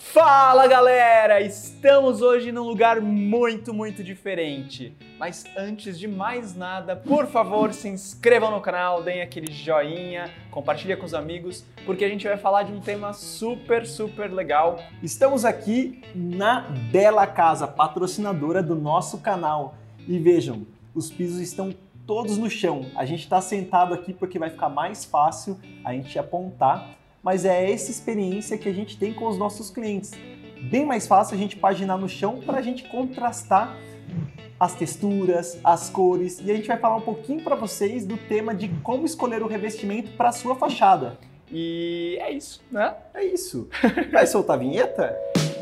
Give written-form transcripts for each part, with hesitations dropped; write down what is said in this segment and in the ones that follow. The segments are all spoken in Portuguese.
Fala galera! Estamos hoje num lugar muito diferente. Mas antes de mais nada, por favor, se inscrevam no canal, deem aquele joinha, compartilhem com os amigos, porque a gente vai falar de um tema super legal. Estamos aqui na Bela Casa, patrocinadora do nosso canal. E vejam, os pisos estão todos no chão. A gente está sentado aqui porque vai ficar mais fácil a gente apontar. Mas é essa experiência que a gente tem com os nossos clientes. Bem mais fácil a gente paginar no chão para a gente contrastar as texturas, as cores. E a gente vai falar um pouquinho para vocês do tema de como escolher o revestimento para a sua fachada. E é isso, né? É isso. Vai soltar a vinheta?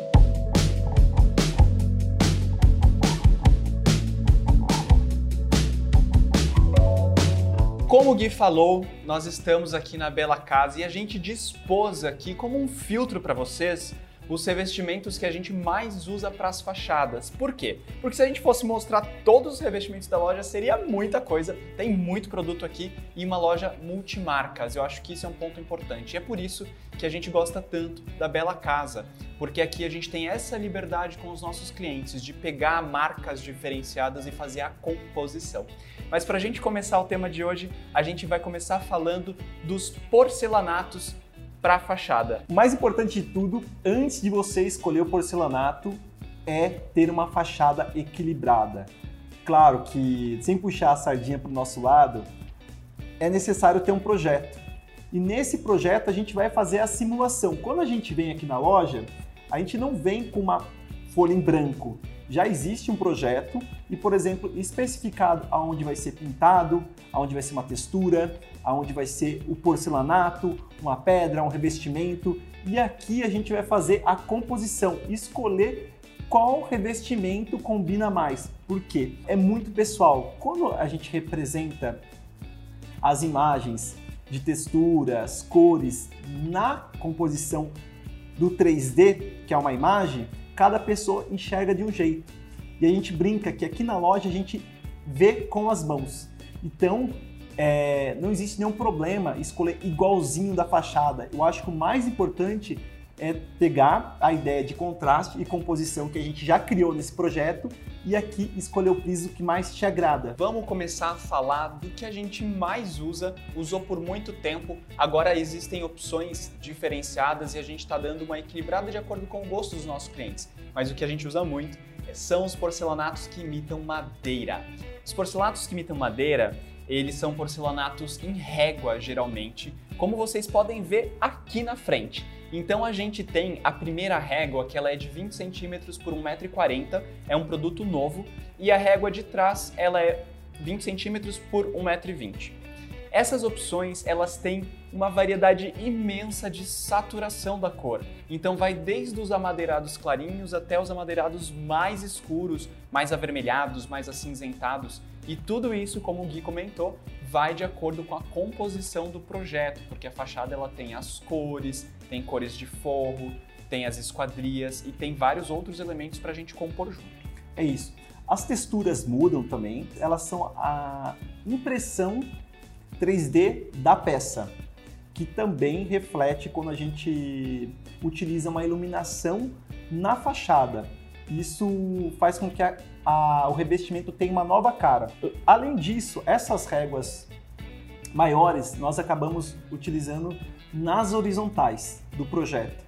Como o Gui falou, nós estamos aqui na Bela Casa e a gente dispôs aqui como um filtro para vocês os revestimentos que a gente mais usa para as fachadas. Por quê? Porque se a gente fosse mostrar todos os revestimentos da loja, seria muita coisa, tem muito produto aqui e uma loja multimarcas. Eu acho que isso é um ponto importante e é por isso que a gente gosta tanto da Bela Casa, porque aqui a gente tem essa liberdade com os nossos clientes de pegar marcas diferenciadas e fazer a composição. Mas para a gente começar o tema de hoje, a gente vai começar falando dos porcelanatos para a fachada. O mais importante de tudo, antes de você escolher o porcelanato, é ter uma fachada equilibrada. Claro que, sem puxar a sardinha para o nosso lado, é necessário ter um projeto. E nesse projeto a gente vai fazer a simulação. Quando a gente vem aqui na loja, a gente não vem com uma folha em branco. Já existe um projeto e, por exemplo, especificado aonde vai ser pintado, aonde vai ser uma textura, aonde vai ser o porcelanato, uma pedra, um revestimento. E aqui a gente vai fazer a composição, escolher qual revestimento combina mais. Por quê? É muito pessoal. Quando a gente representa as imagens de texturas, cores na composição do 3D, que é uma imagem, cada pessoa enxerga de um jeito. E a gente brinca que aqui na loja a gente vê com as mãos. Então, não existe nenhum problema escolher igualzinho da fachada. Eu acho que o mais importante é pegar a ideia de contraste e composição que a gente já criou nesse projeto e aqui escolher o piso que mais te agrada. Vamos começar a falar do que a gente mais usou por muito tempo. Agora existem opções diferenciadas e a gente está dando uma equilibrada de acordo com o gosto dos nossos clientes. Mas o que a gente usa muito são os porcelanatos que imitam madeira. Os porcelanatos que imitam madeira, eles são porcelanatos em régua, geralmente, como vocês podem ver aqui na frente. Então a gente tem a primeira régua, que ela é de 20 centímetros por 1,40 m, é um produto novo, e a régua de trás, ela é 20 centímetros por 1,20 m. Essas opções, elas têm uma variedade imensa de saturação da cor. Então vai desde os amadeirados clarinhos até os amadeirados mais escuros, mais avermelhados, mais acinzentados. E tudo isso, como o Gui comentou, vai de acordo com a composição do projeto, porque a fachada ela tem as cores, tem cores de forro, tem as esquadrias e tem vários outros elementos para a gente compor junto. É isso. As texturas mudam também, elas são a impressão 3D da peça, que também reflete quando a gente utiliza uma iluminação na fachada. Isso faz com que o revestimento tenha uma nova cara. Além disso, essas réguas maiores nós acabamos utilizando nas horizontais do projeto.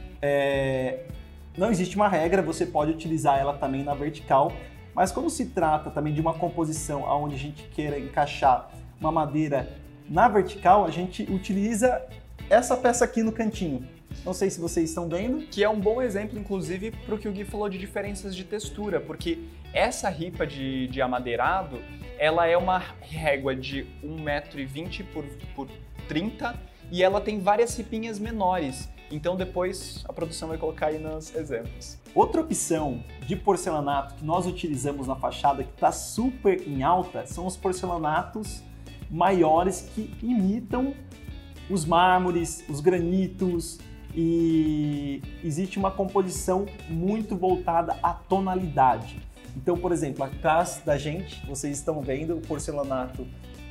Não existe uma regra, você pode utilizar ela também na vertical, mas quando se trata também de uma composição onde a gente queira encaixar uma madeira na vertical, a gente utiliza essa peça aqui no cantinho. Não sei se vocês estão vendo. Que é um bom exemplo, inclusive, para o que o Gui falou de diferenças de textura, porque essa ripa de amadeirado, ela é uma régua de 1,20 m por 30 m e ela tem várias ripinhas menores. Então depois a produção vai colocar aí nos exemplos. Outra opção de porcelanato que nós utilizamos na fachada, que está super em alta, são os porcelanatos maiores que imitam os mármores, os granitos, e existe uma composição muito voltada à tonalidade. Então, por exemplo, atrás da gente, vocês estão vendo o porcelanato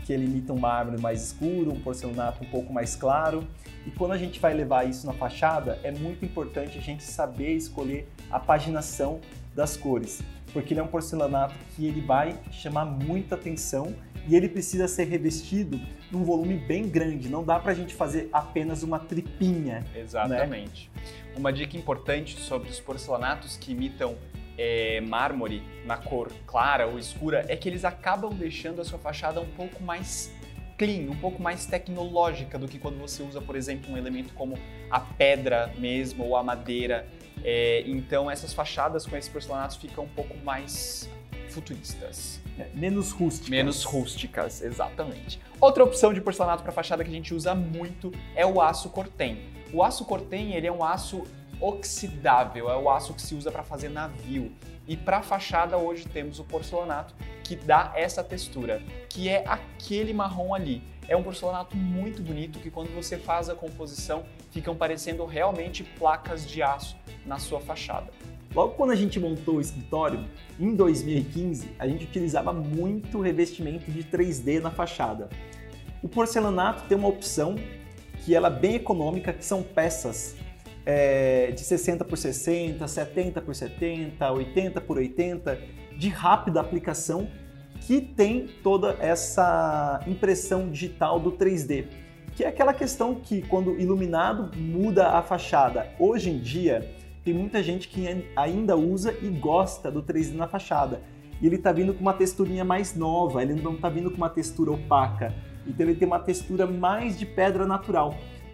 que ele imita um mármore mais escuro, um porcelanato um pouco mais claro. E quando a gente vai levar isso na fachada, é muito importante a gente saber escolher a paginação das cores, porque ele é um porcelanato que ele vai chamar muita atenção e ele precisa ser revestido num volume bem grande, não dá pra gente fazer apenas uma tripinha. Exatamente. Né? Uma dica importante sobre os porcelanatos que imitam mármore na cor clara ou escura é que eles acabam deixando a sua fachada um pouco mais clean, um pouco mais tecnológica do que quando você usa, por exemplo, um elemento como a pedra mesmo ou a madeira. Então essas fachadas com esses porcelanatos ficam um pouco mais futuristas. Menos rústicas. Menos rústicas, exatamente. Outra opção de porcelanato para fachada que a gente usa muito é o aço Corten. O aço Corten, ele é um aço oxidável, é o aço que se usa para fazer navio. E para fachada hoje temos o porcelanato que dá essa textura, que é aquele marrom ali. É um porcelanato muito bonito que quando você faz a composição ficam parecendo realmente placas de aço na sua fachada. Logo quando a gente montou o escritório, em 2015, a gente utilizava muito revestimento de 3D na fachada. O porcelanato tem uma opção que ela é bem econômica, que são peças de 60 por 60, 70 por 70, 80 por 80, de rápida aplicação, que tem toda essa impressão digital do 3D, que é aquela questão que quando iluminado muda a fachada. Hoje em dia tem muita gente que ainda usa e gosta do 3D na fachada, e ele está vindo com uma texturinha mais nova, ele não está vindo com uma textura opaca, então ele tem uma textura mais de pedra natural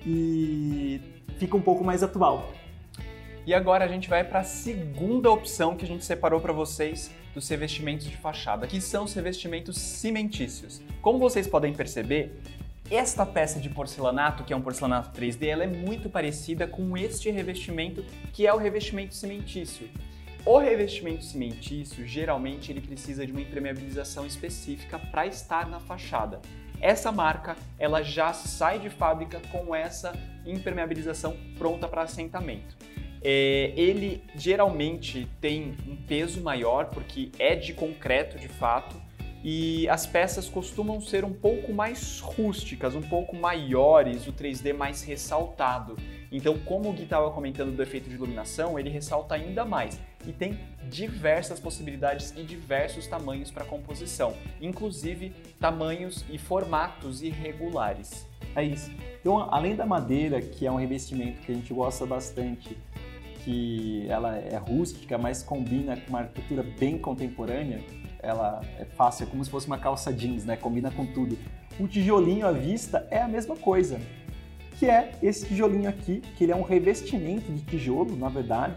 e fica um pouco mais atual. E agora a gente vai para a segunda opção que a gente separou para vocês dos revestimentos de fachada, que são os revestimentos cimentícios. Como vocês podem perceber, esta peça de porcelanato, que é um porcelanato 3D, ela é muito parecida com este revestimento, que é o revestimento cimentício. O revestimento cimentício, geralmente, ele precisa de uma impermeabilização específica para estar na fachada. Essa marca, ela já sai de fábrica com essa impermeabilização pronta para assentamento. Ele geralmente tem um peso maior, porque é de concreto de fato, e as peças costumam ser um pouco mais rústicas, um pouco maiores, o 3D mais ressaltado. Então, como o Gui estava comentando do efeito de iluminação, ele ressalta ainda mais. E tem diversas possibilidades e diversos tamanhos para composição, inclusive tamanhos e formatos irregulares. É isso. Então, além da madeira, que é um revestimento que a gente gosta bastante, que ela é rústica, mas combina com uma arquitetura bem contemporânea, ela é fácil, é como se fosse uma calça jeans, né? Combina com tudo. O tijolinho à vista é a mesma coisa, que é esse tijolinho aqui, que ele é um revestimento de tijolo, na verdade.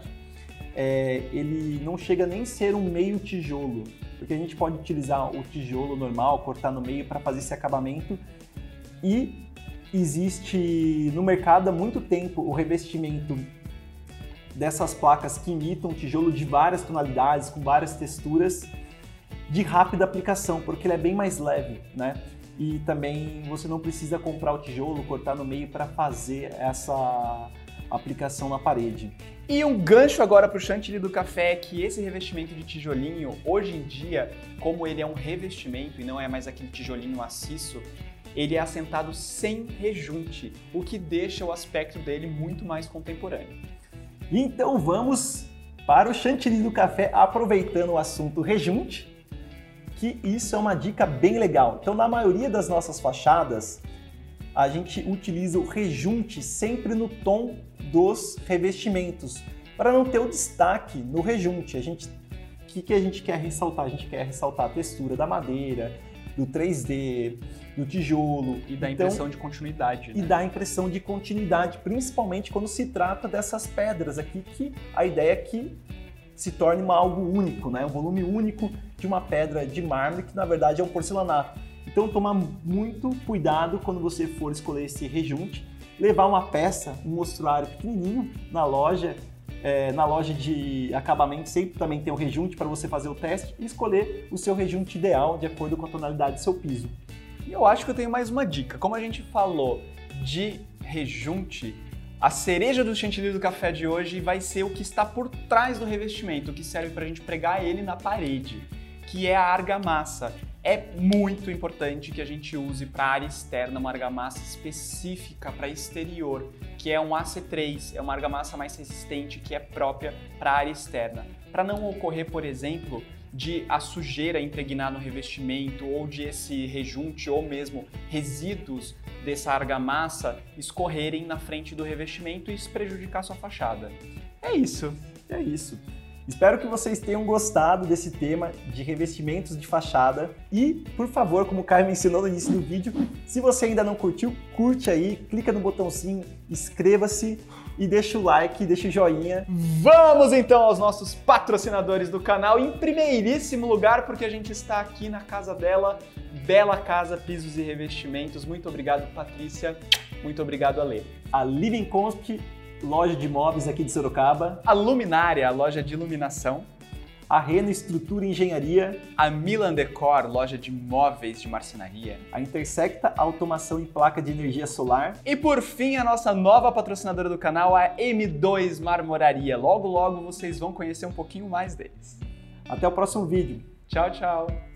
Ele não chega nem a ser um meio tijolo, porque a gente pode utilizar o tijolo normal, cortar no meio para fazer esse acabamento. E existe no mercado há muito tempo o revestimento dessas placas que imitam tijolo de várias tonalidades, com várias texturas, de rápida aplicação, porque ele é bem mais leve, né? E também você não precisa comprar o tijolo, cortar no meio para fazer essa aplicação na parede. E um gancho agora para o chantilly do café é que esse revestimento de tijolinho, hoje em dia, como ele é um revestimento e não é mais aquele tijolinho maciço, ele é assentado sem rejunte, o que deixa o aspecto dele muito mais contemporâneo. Então vamos para o chantilly do café, aproveitando o assunto rejunte, que isso é uma dica bem legal. Então, na maioria das nossas fachadas, a gente utiliza o rejunte sempre no tom dos revestimentos, para não ter o destaque no rejunte. O que a gente quer ressaltar? A gente quer ressaltar a textura da madeira, do 3D, do tijolo. E da impressão de continuidade. E dá a impressão de continuidade, principalmente quando se trata dessas pedras aqui, que a ideia é que se torne algo único, né? Um volume único de uma pedra de mármore, que na verdade é um porcelanato. Então tomar muito cuidado quando você for escolher esse rejunte, levar uma peça, um mostruário pequenininho na loja de acabamento, sempre também tem o rejunte para você fazer o teste e escolher o seu rejunte ideal de acordo com a tonalidade do seu piso. E eu acho que eu tenho mais uma dica. Como a gente falou de rejunte, a cereja do chantilly do café de hoje vai ser o que está por trás do revestimento, o que serve para a gente pregar ele na parede, que é a argamassa. É muito importante que a gente use para área externa uma argamassa específica para exterior, que é um AC3, é uma argamassa mais resistente que é própria para área externa. Para não ocorrer, por exemplo, de a sujeira impregnar no revestimento ou de esse rejunte ou mesmo resíduos dessa argamassa escorrerem na frente do revestimento e isso prejudicar sua fachada. É isso. É isso. Espero que vocês tenham gostado desse tema de revestimentos de fachada e, por favor, como o Caio mencionou no início do vídeo, se você ainda não curtiu, curte aí, clica no botãozinho, inscreva-se e deixa o like, deixa o joinha. Vamos então aos nossos patrocinadores do canal, em primeiríssimo lugar, porque a gente está aqui na casa dela, Bela Casa Pisos e Revestimentos. Muito obrigado, Patrícia. Muito obrigado, Ale. A Living Consp, loja de móveis aqui de Sorocaba. A Luminária, a loja de iluminação. A Reno Estrutura e Engenharia. A Milan Decor, loja de móveis de marcenaria. A Intersecta Automação e Placa de Energia Solar. E por fim, a nossa nova patrocinadora do canal, a M2 Marmoraria. Logo, logo vocês vão conhecer um pouquinho mais deles. Até o próximo vídeo. Tchau, tchau.